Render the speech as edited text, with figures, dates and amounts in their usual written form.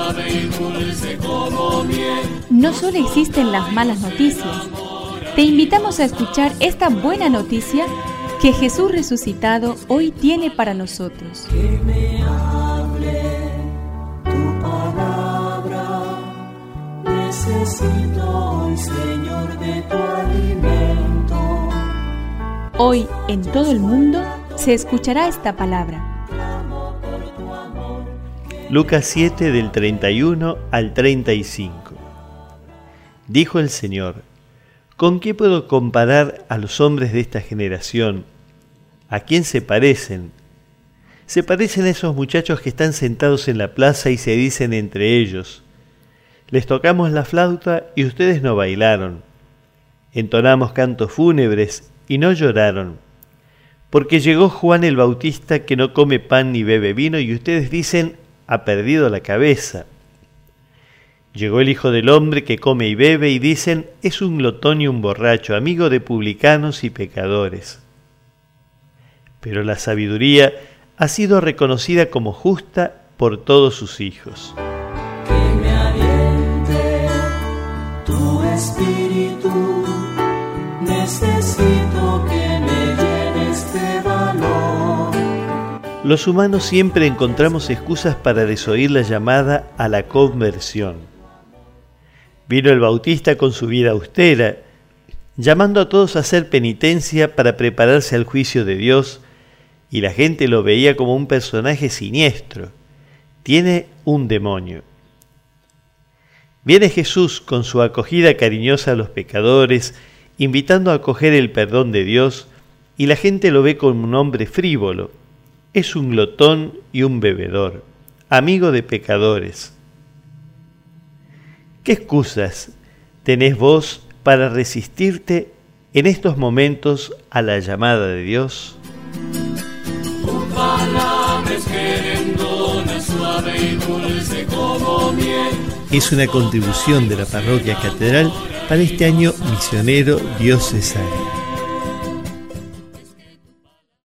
No solo existen las malas noticias. Te invitamos a escuchar esta buena noticia que Jesús resucitado hoy tiene para nosotros. Que me hable tu palabra, necesito hoy, Señor, de tu alimento. Hoy en todo el mundo se escuchará esta palabra. Lucas 7 del 31 al 35. Dijo el Señor: ¿Con qué puedo comparar a los hombres de esta generación? ¿A quién se parecen? Se parecen a esos muchachos que están sentados en la plaza y se dicen entre ellos: les tocamos la flauta y ustedes no bailaron. Entonamos cantos fúnebres y no lloraron. Porque llegó Juan el Bautista, que no come pan ni bebe vino, y ustedes dicen: ha perdido la cabeza. Llegó el Hijo del Hombre, que come y bebe, y dicen: es un glotón y un borracho, amigo de publicanos y pecadores. Pero la sabiduría ha sido reconocida como justa por todos sus hijos. Que me aliente tu espíritu, necesito que me llenes de valor. Los humanos siempre encontramos excusas para desoír la llamada a la conversión. Vino el Bautista con su vida austera, llamando a todos a hacer penitencia para prepararse al juicio de Dios, y la gente lo veía como un personaje siniestro. Tiene un demonio. Viene Jesús con su acogida cariñosa a los pecadores, invitando a acoger el perdón de Dios, y la gente lo ve como un hombre frívolo. Es un glotón y un bebedor, amigo de pecadores. ¿Qué excusas tenés vos para resistirte en estos momentos a la llamada de Dios? Tu palabra es querendona, suave y dulce como miel. Es una contribución de la Parroquia Catedral para este año misionero diocesano.